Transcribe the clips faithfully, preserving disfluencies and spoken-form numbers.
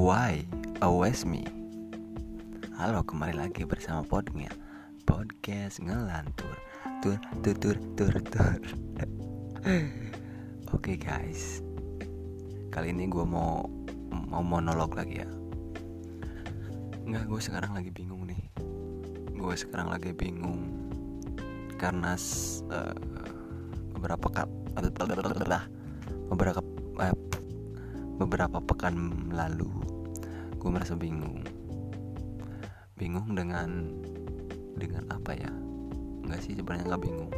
Why always me? Halo, kembali lagi bersama Podnya Podcast ngelantur Tur, tur, tur, tur, tur Oke guys, kali ini gue mau Mau monolog lagi ya. Nggak, gue sekarang lagi bingung nih Gue sekarang lagi bingung Karena uh, Beberapa kap Beberapa uh, Beberapa pekan lalu gue merasa bingung Bingung dengan Dengan apa ya. Enggak sih, sebenarnya gak bingung.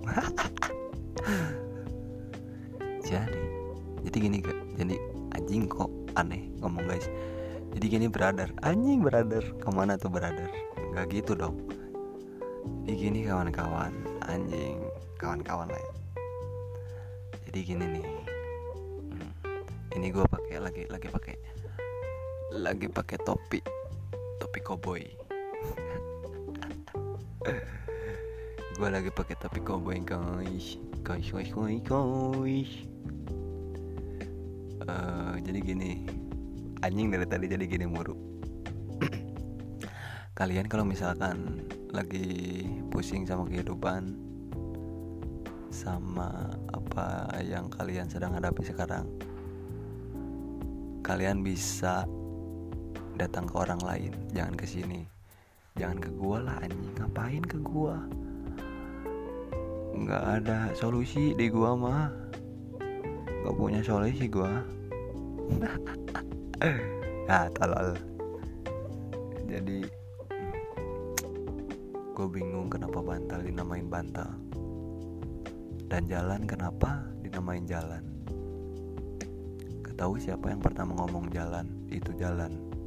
Jadi Jadi gini gak. Jadi anjing kok aneh ngomong guys. Jadi gini brother. Anjing brother. Kemana tuh brother? Gak gitu dong. Jadi gini kawan-kawan. Anjing kawan-kawan lah ya. Jadi gini nih. Ini gue pakai lagi lagi pakai lagi pakai topi topi cowboy. Gue lagi pakai topi cowboy guys guys guys guys guys. Uh, jadi gini, anjing dari tadi jadi gini muru. Kalian kalau misalkan lagi pusing sama kehidupan, sama apa yang kalian sedang hadapi sekarang, kalian bisa datang ke orang lain, jangan ke sini. Jangan ke gua lah anjing, ngapain ke gua? Enggak ada solusi di gua mah. Enggak punya solusi gua. Ah, tolol. Jadi gua bingung kenapa bantal dinamain bantal. Dan jalan kenapa dinamain jalan. Tahu siapa yang pertama ngomong jalan itu jalan.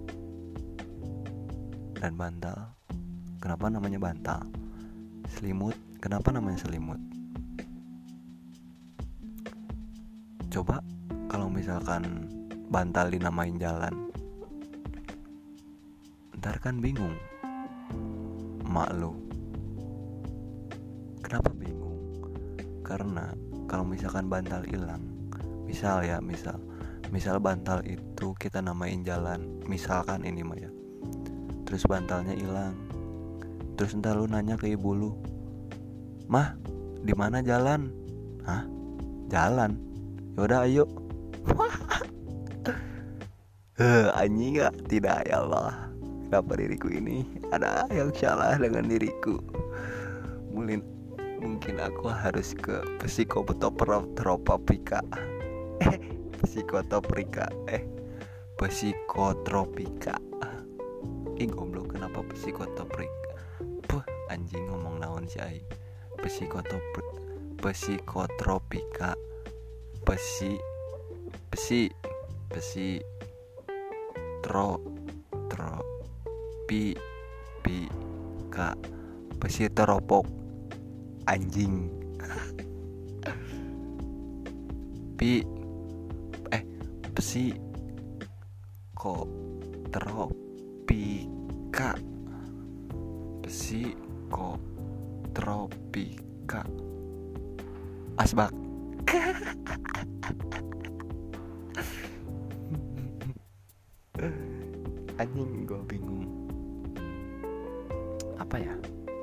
Dan bantal, kenapa namanya bantal? Selimut, kenapa namanya selimut? Coba kalau misalkan bantal dinamain jalan, ntar kan bingung mak lu. Kenapa bingung? Karena kalau misalkan bantal hilang, misal ya misal Misal bantal itu kita namain jalan, misalkan ini mah ya. Terus bantalnya hilang. Terus entar lu nanya ke ibu lu, "Mah, di mana jalan?" "Hah? Jalan." "Yaudah ayo." Eh, anjing gak? Tidak, ya Allah. Kenapa diriku ini ada yang salah dengan diriku? Mungkin mungkin aku harus ke psikotropika. Psikotropika eh psikotropika. Ih goblok, kenapa psikotropika? Puh, anjing ngomong naon si ai. Psikotropika psikotropika psi psi psi tro tro pi pi ka psitropok anjing. Pi psi ko tropika psi ko tropika asbak. Anjing, gue bingung apa ya.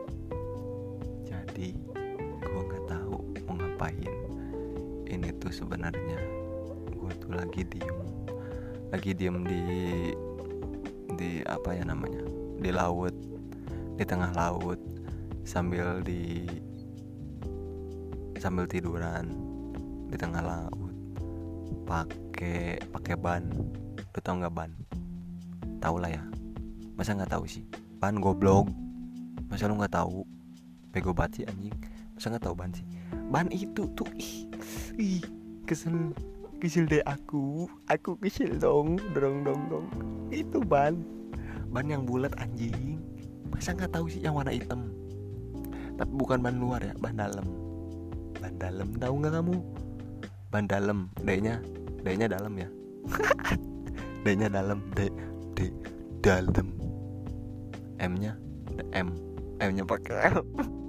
Jadi gue nggak tahu mau ngapain. Ini tuh sebenarnya gue tuh lagi diem lagi diem di di apa ya namanya di laut, di tengah laut, sambil di sambil tiduran di tengah laut, pakai pakai ban. Lu tau nggak ban? Tahu lah ya, masa nggak tahu sih ban, goblok? Masa lu nggak tahu? Bego banget sih anjing, masa nggak tahu ban sih? Ban itu tuh ih, ih kesel Kesel deh aku Aku kesel dong Dong dong dong Itu ban Ban yang bulat anjing. Masa gak tahu sih yang warna hitam? Tapi bukan ban luar ya, ban dalam. Ban dalam, tahu gak kamu? Ban dalam, D-nya D-nya dalam ya. D-nya dalam, D D dalam. M-nya M M-nya pakai L.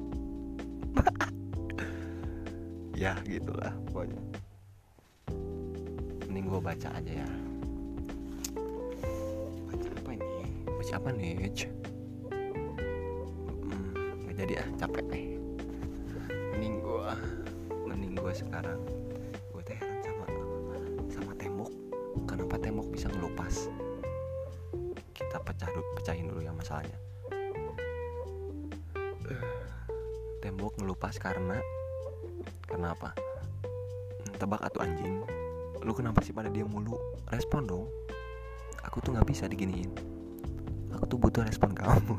Ya gitulah pokoknya. Mending gue baca aja ya. Baca apa nih? Hmm, gak jadi ah, capek nih. Mending gue Mending gue sekarang gue teh heran sama Sama tembok. Kenapa tembok bisa ngelupas? Kita pecah dulu, pecahin dulu ya masalahnya. Tembok ngelupas karena Karena apa? Tebak atuh anjing. Lu kenapa sih pada dia mulu? Respon dong. Aku tuh gak bisa diginiin. Aku tuh butuh respon kamu.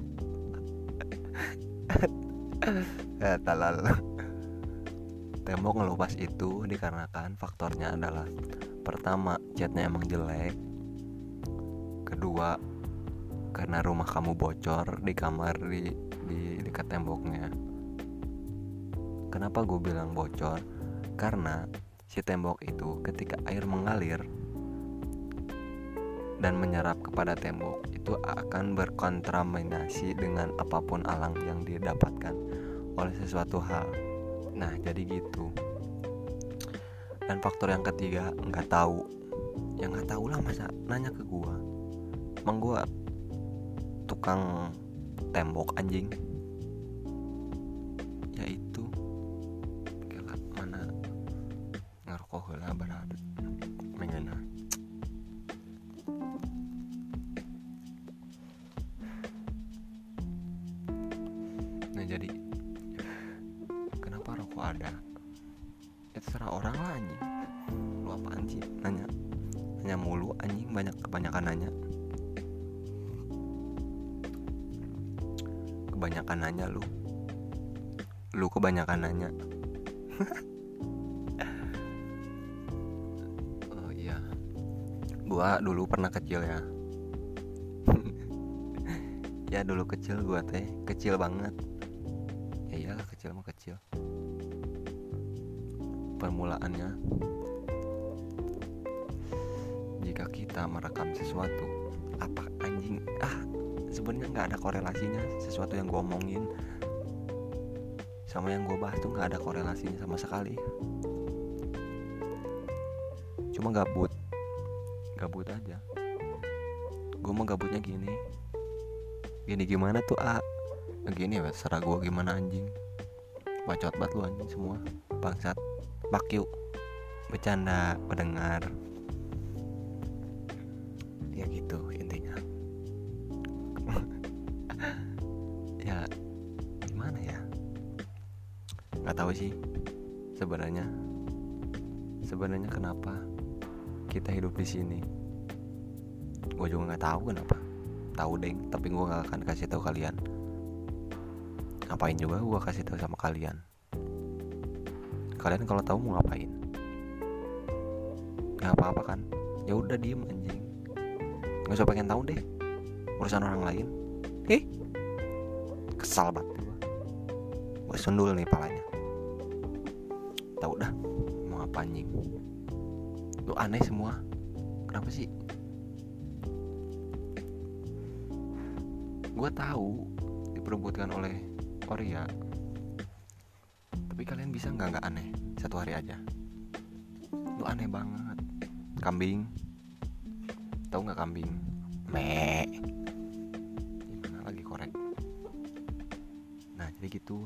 Eh, talal. Tembok ngelupas itu dikarenakan faktornya adalah: pertama, catnya emang jelek. Kedua, karena rumah kamu bocor di kamar di di dekat temboknya. Kenapa gue bilang bocor? Karena si tembok itu ketika air mengalir dan menyerap kepada tembok itu akan berkontaminasi dengan apapun alang yang didapatkan oleh sesuatu hal. Nah, jadi gitu. Dan faktor yang ketiga, nggak tahu. Ya nggak tahu lah, masa nanya ke gua. Emang gua tukang tembok anjing. Ya itu. Kela mana ngerokok heula beradu. Mengena. Nah, jadi kenapa rokok ada? Ya terserah orang lah anjing. Lu apaan sih nanya? Nanya mulu anjing, banyak kebanyakan nanya. Kebanyakan nanya lu. Lu kebanyakan nanya. Oh iya. Gua dulu pernah kecil ya. Ya dulu kecil gua teh, kecil banget. Ya iyalah kecil mah kecil. Permulaannya, jika kita merekam sesuatu, apa anjing? Ah, sebenarnya nggak ada korelasinya sesuatu yang gue omongin sama yang gue bahas tuh nggak ada korelasinya sama sekali. Cuma gabut, gabut aja. Gue mau gabutnya gini, gini gimana tuh ah? Gini ya, serah gue gimana anjing. Bacot banget lu anjing semua, bangsat. Fuck you. Bercanda pendengar. Ya gitu intinya. Ya gimana ya? Nggak tahu sih sebenarnya. Sebenarnya kenapa kita hidup di sini? Gue juga nggak tahu kenapa. Tahu deng, tapi gue nggak akan kasih tahu kalian. Ngapain juga gue kasih tahu sama kalian? Kalian kalau tahu mau ngapain? Gak apa-apa kan? Ya udah diem anjing. Gak usah pengen tahu deh urusan orang lain. Eh, kesal banget gue. Gue sundul nih palanya. Tahu dah mau apa anjing. Lu aneh semua. Kenapa sih? Gue tahu diperebutkan oleh Oria. Tapi kalian bisa gak gak aneh satu hari aja? Lu aneh banget. Kambing. Tahu gak kambing? Me. Gimana lagi korek? Nah jadi gitu.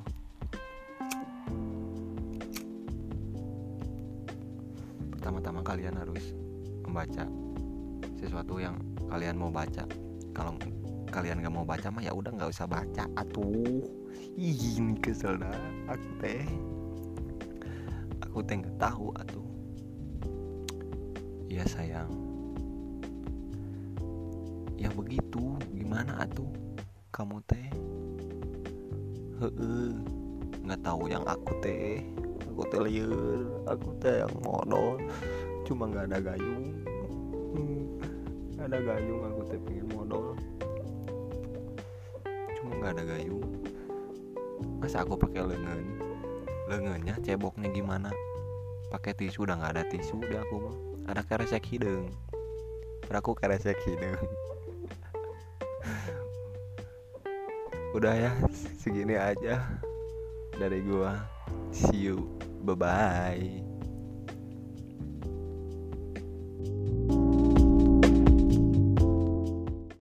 Pertama-tama kalian harus membaca sesuatu yang kalian mau baca. Kalau kalian gak mau baca mah ya udah gak usah baca atuh. Ih, ini kesel dah aku teh. Aku teh nggak tahu atuh. Ya sayang. Ya begitu. Gimana atuh? Kamu teh. Heeh. Nggak tahu yang aku teh. Aku teh liur. Aku teh yang modal. Cuma nggak ada gayung. Hmm, nggak ada gayung. Aku teh pengen modal. Cuma nggak ada gayung. Masa aku pakai lengan, lengannya ceboknya gimana? Pakai tisu, udah nggak ada tisu deh aku mah. Ada keresek hidung, aku keresek hidung. Udah ya, segini aja dari gua. See you, bye bye.